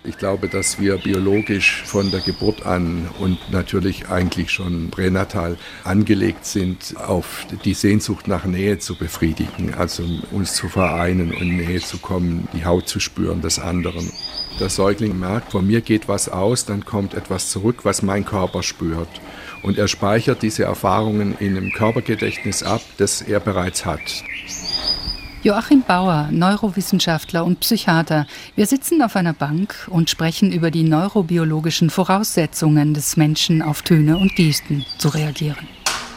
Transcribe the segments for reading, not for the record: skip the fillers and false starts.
Ich glaube, dass wir biologisch von der Geburt an und natürlich eigentlich schon pränatal angelegt sind, auf die Sehnsucht nach Nähe zu befriedigen, also uns zu vereinen und Nähe zu kommen, die Haut zu spüren des anderen. Der Säugling merkt, von mir geht was aus, dann kommt etwas zurück, was mein Körper spürt. Und er speichert diese Erfahrungen in einem Körpergedächtnis ab, das er bereits hat. Joachim Bauer, Neurowissenschaftler und Psychiater. Wir sitzen auf einer Bank und sprechen über die neurobiologischen Voraussetzungen des Menschen, auf Töne und Gesten zu reagieren.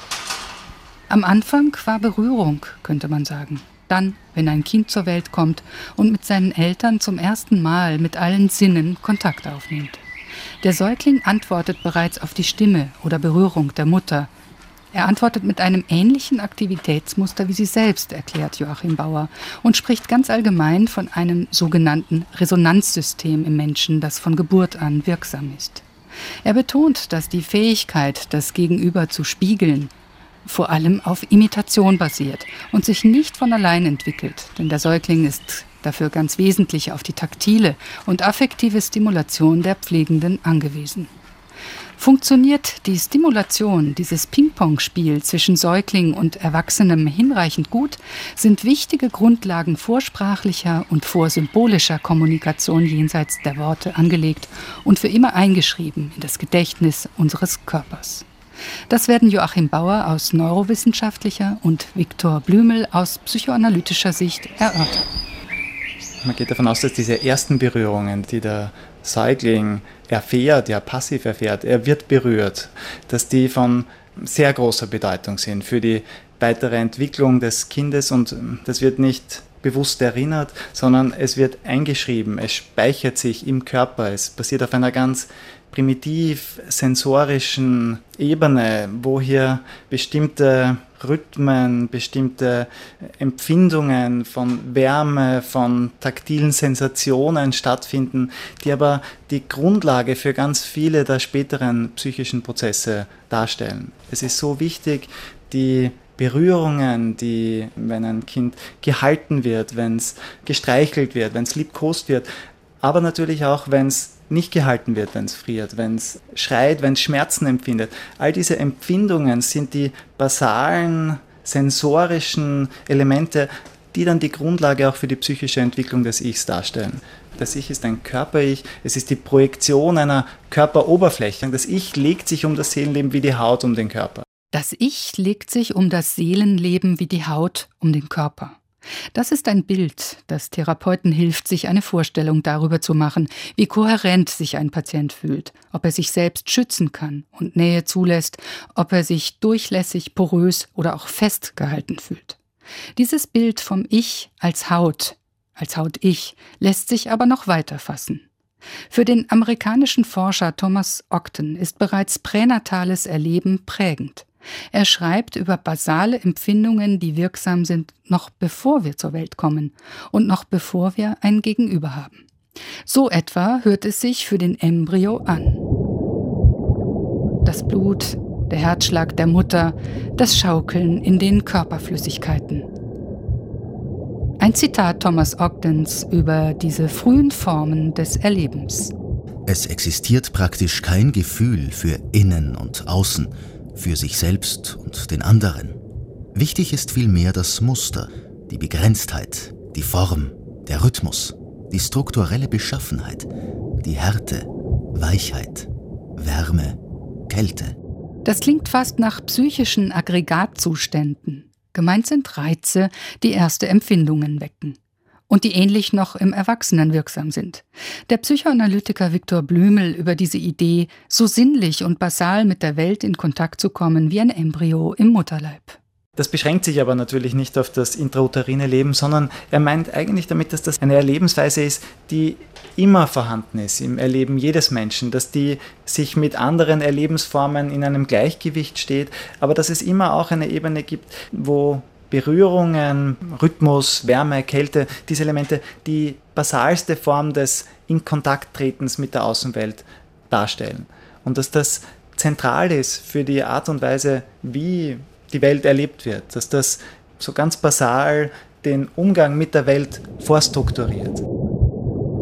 Am Anfang war Berührung, könnte man sagen. Dann, wenn ein Kind zur Welt kommt und mit seinen Eltern zum ersten Mal mit allen Sinnen Kontakt aufnimmt. Der Säugling antwortet bereits auf die Stimme oder Berührung der Mutter. Er antwortet mit einem ähnlichen Aktivitätsmuster wie sie selbst, erklärt Joachim Bauer, und spricht ganz allgemein von einem sogenannten Resonanzsystem im Menschen, das von Geburt an wirksam ist. Er betont, dass die Fähigkeit, das Gegenüber zu spiegeln, vor allem auf Imitation basiert und sich nicht von allein entwickelt, denn der Säugling ist dafür ganz wesentlich auf die taktile und affektive Stimulation der Pflegenden angewiesen. Funktioniert die Stimulation, dieses Ping-Pong-Spiel zwischen Säugling und Erwachsenem hinreichend gut, sind wichtige Grundlagen vorsprachlicher und vorsymbolischer Kommunikation jenseits der Worte angelegt und für immer eingeschrieben in das Gedächtnis unseres Körpers. Das werden Joachim Bauer aus neurowissenschaftlicher und Viktor Blümel aus psychoanalytischer Sicht erörtern. Man geht davon aus, dass diese ersten Berührungen, die der Säugling erfährt, ja passiv erfährt, er wird berührt, dass die von sehr großer Bedeutung sind für die weitere Entwicklung des Kindes, und das wird nicht bewusst erinnert, sondern es wird eingeschrieben, es speichert sich im Körper, es passiert auf einer ganz primitiv sensorischen Ebene, wo hier bestimmte Rhythmen, bestimmte Empfindungen von Wärme, von taktilen Sensationen stattfinden, die aber die Grundlage für ganz viele der späteren psychischen Prozesse darstellen. Es ist so wichtig, die Berührungen, die, wenn ein Kind gehalten wird, wenn es gestreichelt wird, wenn es liebkost wird, aber natürlich auch, wenn es nicht gehalten wird, wenn es friert, wenn es schreit, wenn es Schmerzen empfindet. All diese Empfindungen sind die basalen sensorischen Elemente, die dann die Grundlage auch für die psychische Entwicklung des Ichs darstellen. Das Ich ist ein Körper-Ich, es ist die Projektion einer Körperoberfläche. Das Ich legt sich um das Seelenleben wie die Haut um den Körper. Das Ich legt sich um das Seelenleben wie die Haut um den Körper. Das ist ein Bild, das Therapeuten hilft, sich eine Vorstellung darüber zu machen, wie kohärent sich ein Patient fühlt, ob er sich selbst schützen kann und Nähe zulässt, ob er sich durchlässig, porös oder auch festgehalten fühlt. Dieses Bild vom Ich als Haut-Ich, lässt sich aber noch weiter fassen. Für den amerikanischen Forscher Thomas Ogden ist bereits pränatales Erleben prägend. Er schreibt über basale Empfindungen, die wirksam sind, noch bevor wir zur Welt kommen und noch bevor wir ein Gegenüber haben. So etwa hört es sich für den Embryo an. Das Blut, der Herzschlag der Mutter, das Schaukeln in den Körperflüssigkeiten. Ein Zitat Thomas Ogdens über diese frühen Formen des Erlebens. Es existiert praktisch kein Gefühl für Innen und Außen, für sich selbst und den anderen. Wichtig ist vielmehr das Muster, die Begrenztheit, die Form, der Rhythmus, die strukturelle Beschaffenheit, die Härte, Weichheit, Wärme, Kälte. Das klingt fast nach psychischen Aggregatzuständen. Gemeint sind Reize, die erste Empfindungen wecken und die ähnlich noch im Erwachsenen wirksam sind. Der Psychoanalytiker Viktor Blümel über diese Idee, so sinnlich und basal mit der Welt in Kontakt zu kommen wie ein Embryo im Mutterleib. Das beschränkt sich aber natürlich nicht auf das intrauterine Leben, sondern er meint eigentlich damit, dass das eine Erlebensweise ist, die immer vorhanden ist im Erleben jedes Menschen, dass die sich mit anderen Erlebensformen in einem Gleichgewicht steht, aber dass es immer auch eine Ebene gibt, wo Berührungen, Rhythmus, Wärme, Kälte, diese Elemente die basalste Form des In-Kontakt-Tretens mit der Außenwelt darstellen. Und dass das zentral ist für die Art und Weise, wie die Welt erlebt wird, dass das so ganz basal den Umgang mit der Welt vorstrukturiert.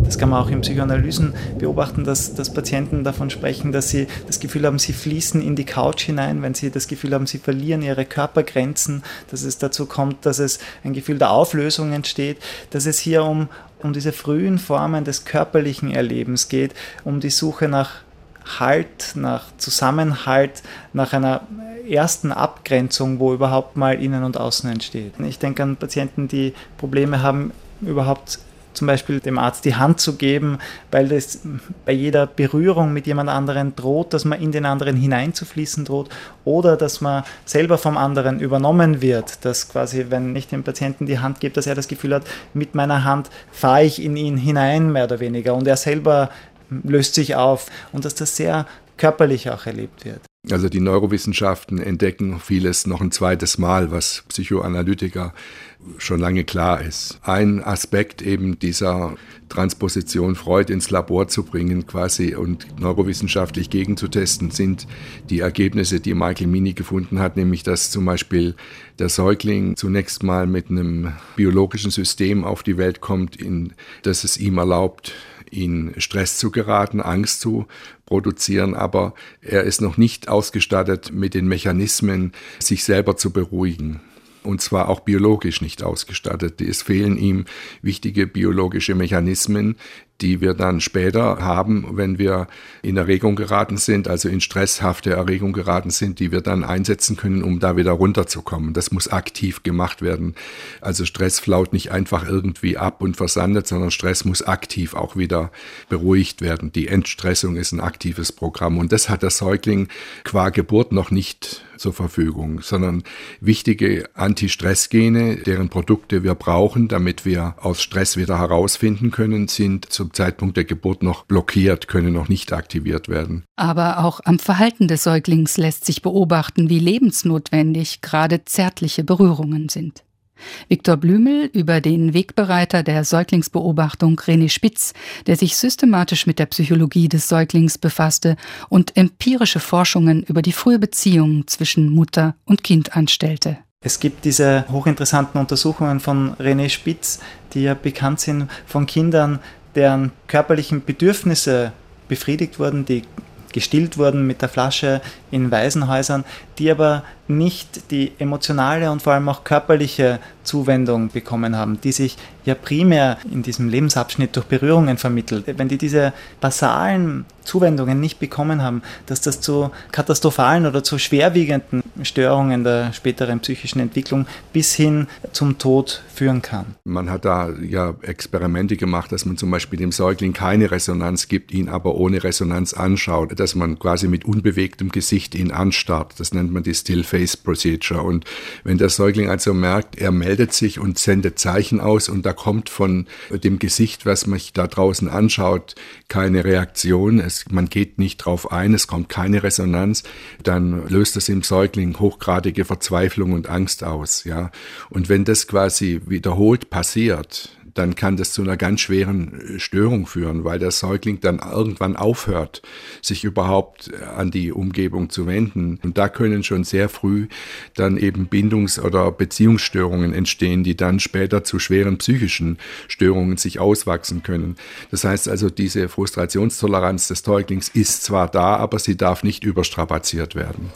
Das kann man auch in Psychoanalysen beobachten, dass Patienten davon sprechen, dass sie das Gefühl haben, sie fließen in die Couch hinein, wenn sie das Gefühl haben, sie verlieren ihre Körpergrenzen, dass es dazu kommt, dass es ein Gefühl der Auflösung entsteht, dass es hier um diese frühen Formen des körperlichen Erlebens geht, um die Suche nach Halt, nach Zusammenhalt, nach einer ersten Abgrenzung, wo überhaupt mal Innen und Außen entsteht. Ich denke an Patienten, die Probleme haben, überhaupt zum Beispiel dem Arzt die Hand zu geben, weil das bei jeder Berührung mit jemand anderen droht, dass man in den anderen hineinzufließen droht oder dass man selber vom anderen übernommen wird, dass quasi, wenn ich dem Patienten die Hand gebe, dass er das Gefühl hat, mit meiner Hand fahre ich in ihn hinein, mehr oder weniger, und er selber löst sich auf und dass das sehr körperlich auch erlebt wird. Also die Neurowissenschaften entdecken vieles noch ein zweites Mal, was Psychoanalytiker schon lange klar ist. Ein Aspekt eben dieser Transposition Freud ins Labor zu bringen quasi und neurowissenschaftlich gegenzutesten, sind die Ergebnisse, die Michael Meaney gefunden hat, nämlich dass zum Beispiel der Säugling zunächst mal mit einem biologischen System auf die Welt kommt, das es ihm erlaubt, in Stress zu geraten, Angst zu produzieren, aber er ist noch nicht ausgestattet mit den Mechanismen, sich selber zu beruhigen. Und zwar auch biologisch nicht ausgestattet. Es fehlen ihm wichtige biologische Mechanismen, die wir dann später haben, wenn wir in Erregung geraten sind, also in stresshafte Erregung geraten sind, die wir dann einsetzen können, um da wieder runterzukommen. Das muss aktiv gemacht werden. Also Stress flaut nicht einfach irgendwie ab und versandet, sondern Stress muss aktiv auch wieder beruhigt werden. Die Entstressung ist ein aktives Programm und das hat der Säugling qua Geburt noch nicht zur Verfügung, sondern wichtige Anti-Stress-Gene, deren Produkte wir brauchen, damit wir aus Stress wieder herausfinden können, sind zum Zeitpunkt der Geburt noch blockiert, können noch nicht aktiviert werden. Aber auch am Verhalten des Säuglings lässt sich beobachten, wie lebensnotwendig gerade zärtliche Berührungen sind. Viktor Blümel über den Wegbereiter der Säuglingsbeobachtung René Spitz, der sich systematisch mit der Psychologie des Säuglings befasste und empirische Forschungen über die frühe Beziehung zwischen Mutter und Kind anstellte. Es gibt diese hochinteressanten Untersuchungen von René Spitz, die ja bekannt sind von Kindern, deren körperlichen Bedürfnisse befriedigt wurden, die gestillt wurden mit der Flasche in Waisenhäusern, die aber nicht die emotionale und vor allem auch körperliche Zuwendung bekommen haben, die sich ja primär in diesem Lebensabschnitt durch Berührungen vermittelt. Wenn die diese basalen Zuwendungen nicht bekommen haben, dass das zu katastrophalen oder zu schwerwiegenden Störungen der späteren psychischen Entwicklung bis hin zum Tod führen kann. Man hat da ja Experimente gemacht, dass man zum Beispiel dem Säugling keine Resonanz gibt, ihn aber ohne Resonanz anschaut, dass man quasi mit unbewegtem Gesicht ihn anstarrt. Das nennt man die Still-Face-Procedure. Und wenn der Säugling also merkt, er meldet sich und sendet Zeichen aus und da kommt von dem Gesicht, was man da draußen anschaut, keine Reaktion, man geht nicht drauf ein, es kommt keine Resonanz, dann löst das im Säugling hochgradige Verzweiflung und Angst aus. Ja? Und wenn das quasi wiederholt passiert, dann kann das zu einer ganz schweren Störung führen, weil der Säugling dann irgendwann aufhört, sich überhaupt an die Umgebung zu wenden. Und da können schon sehr früh dann eben Bindungs- oder Beziehungsstörungen entstehen, die dann später zu schweren psychischen Störungen sich auswachsen können. Das heißt also, diese Frustrationstoleranz des Säuglings ist zwar da, aber sie darf nicht überstrapaziert werden.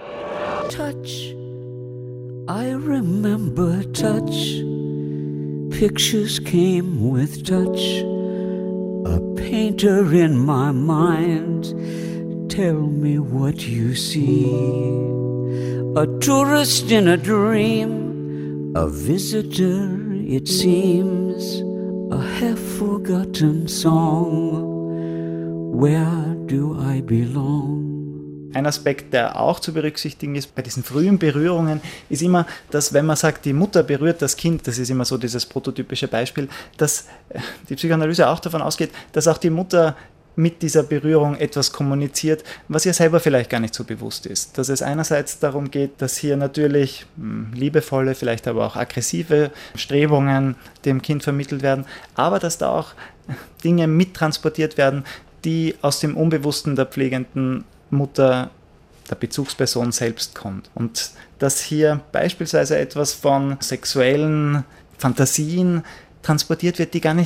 Touch, I remember touch. Pictures came with touch, a painter in my mind. Tell me what you see. A tourist in a dream, a visitor it seems, a half-forgotten song. Where do I belong? Ein Aspekt, der auch zu berücksichtigen ist bei diesen frühen Berührungen, ist immer, dass wenn man sagt, die Mutter berührt das Kind, das ist immer so dieses prototypische Beispiel, dass die Psychoanalyse auch davon ausgeht, dass auch die Mutter mit dieser Berührung etwas kommuniziert, was ihr selber vielleicht gar nicht so bewusst ist. Dass es einerseits darum geht, dass hier natürlich liebevolle, vielleicht aber auch aggressive Strebungen dem Kind vermittelt werden, aber dass da auch Dinge mittransportiert werden, die aus dem Unbewussten der pflegenden Mutter, der Bezugsperson selbst kommt. Und dass hier beispielsweise etwas von sexuellen Fantasien transportiert wird, die gar nicht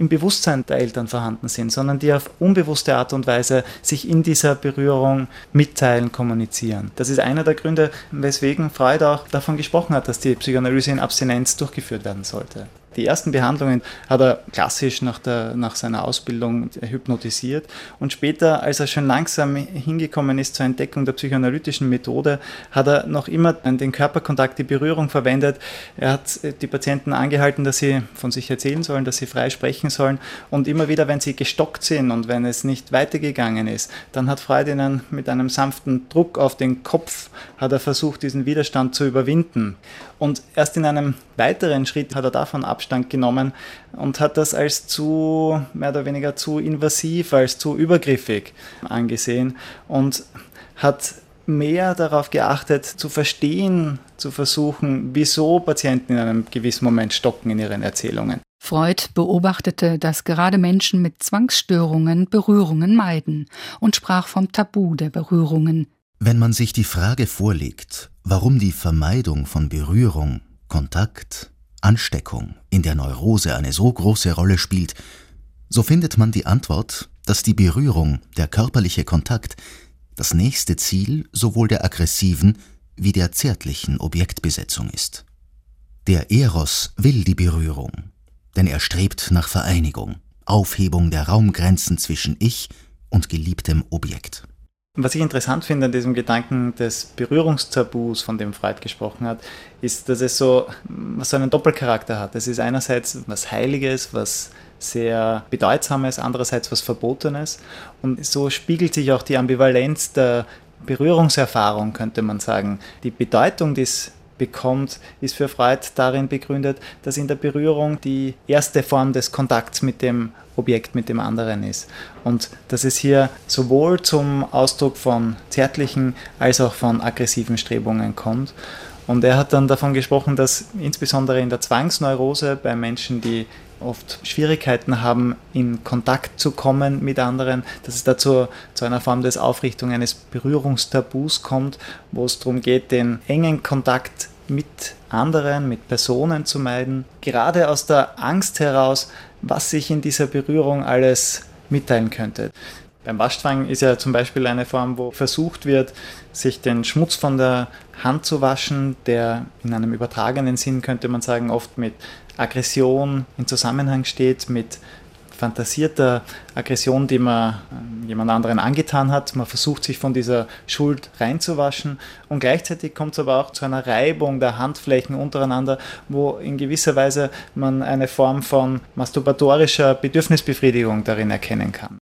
im Bewusstsein der Eltern vorhanden sind, sondern die auf unbewusste Art und Weise sich in dieser Berührung mitteilen, kommunizieren. Das ist einer der Gründe, weswegen Freud auch davon gesprochen hat, dass die Psychoanalyse in Abstinenz durchgeführt werden sollte. Die ersten Behandlungen hat er klassisch nach seiner Ausbildung hypnotisiert und später, als er schon langsam hingekommen ist zur Entdeckung der psychoanalytischen Methode, hat er noch immer den Körperkontakt, die Berührung verwendet. Er hat die Patienten angehalten, dass sie von sich erzählen sollen, dass sie frei sprechen sollen und immer wieder, wenn sie gestockt sind und wenn es nicht weitergegangen ist, dann hat Freud ihnen mit einem sanften Druck auf den Kopf hat er versucht, diesen Widerstand zu überwinden. Und erst in einem weiteren Schritt hat er davon Abstand genommen und hat das als mehr oder weniger zu invasiv, als zu übergriffig angesehen und hat mehr darauf geachtet, zu verstehen, zu versuchen, wieso Patienten in einem gewissen Moment stocken in ihren Erzählungen. Freud beobachtete, dass gerade Menschen mit Zwangsstörungen Berührungen meiden und sprach vom Tabu der Berührungen. Wenn man sich die Frage vorlegt, warum die Vermeidung von Berührung, Kontakt, Ansteckung in der Neurose eine so große Rolle spielt, so findet man die Antwort, dass die Berührung, der körperliche Kontakt, das nächste Ziel sowohl der aggressiven wie der zärtlichen Objektbesetzung ist. Der Eros will die Berührung, denn er strebt nach Vereinigung, Aufhebung der Raumgrenzen zwischen Ich und geliebtem Objekt. Was ich interessant finde an diesem Gedanken des Berührungstabus, von dem Freud gesprochen hat, ist, dass es so einen Doppelcharakter hat. Es ist einerseits was Heiliges, was sehr Bedeutsames, andererseits was Verbotenes. Und so spiegelt sich auch die Ambivalenz der Berührungserfahrung, könnte man sagen. Die Bedeutung, die es bekommt, ist für Freud darin begründet, dass in der Berührung die erste Form des Kontakts mit dem Objekt, mit dem anderen ist. Und dass es hier sowohl zum Ausdruck von zärtlichen als auch von aggressiven Strebungen kommt. Und er hat dann davon gesprochen, dass insbesondere in der Zwangsneurose bei Menschen, die oft Schwierigkeiten haben, in Kontakt zu kommen mit anderen, dass es dazu zu einer Form des Aufrichtung eines Berührungstabus kommt, wo es darum geht, den engen Kontakt mit anderen, mit Personen zu meiden, gerade aus der Angst heraus, was sich in dieser Berührung alles mitteilen könnte. Beim Waschzwang ist ja zum Beispiel eine Form, wo versucht wird, sich den Schmutz von der Hand zu waschen, der in einem übertragenen Sinn, könnte man sagen, oft mit Aggression in Zusammenhang steht, mit fantasierter Aggression, die man jemand anderen angetan hat. Man versucht, sich von dieser Schuld reinzuwaschen und gleichzeitig kommt es aber auch zu einer Reibung der Handflächen untereinander, wo in gewisser Weise man eine Form von masturbatorischer Bedürfnisbefriedigung darin erkennen kann.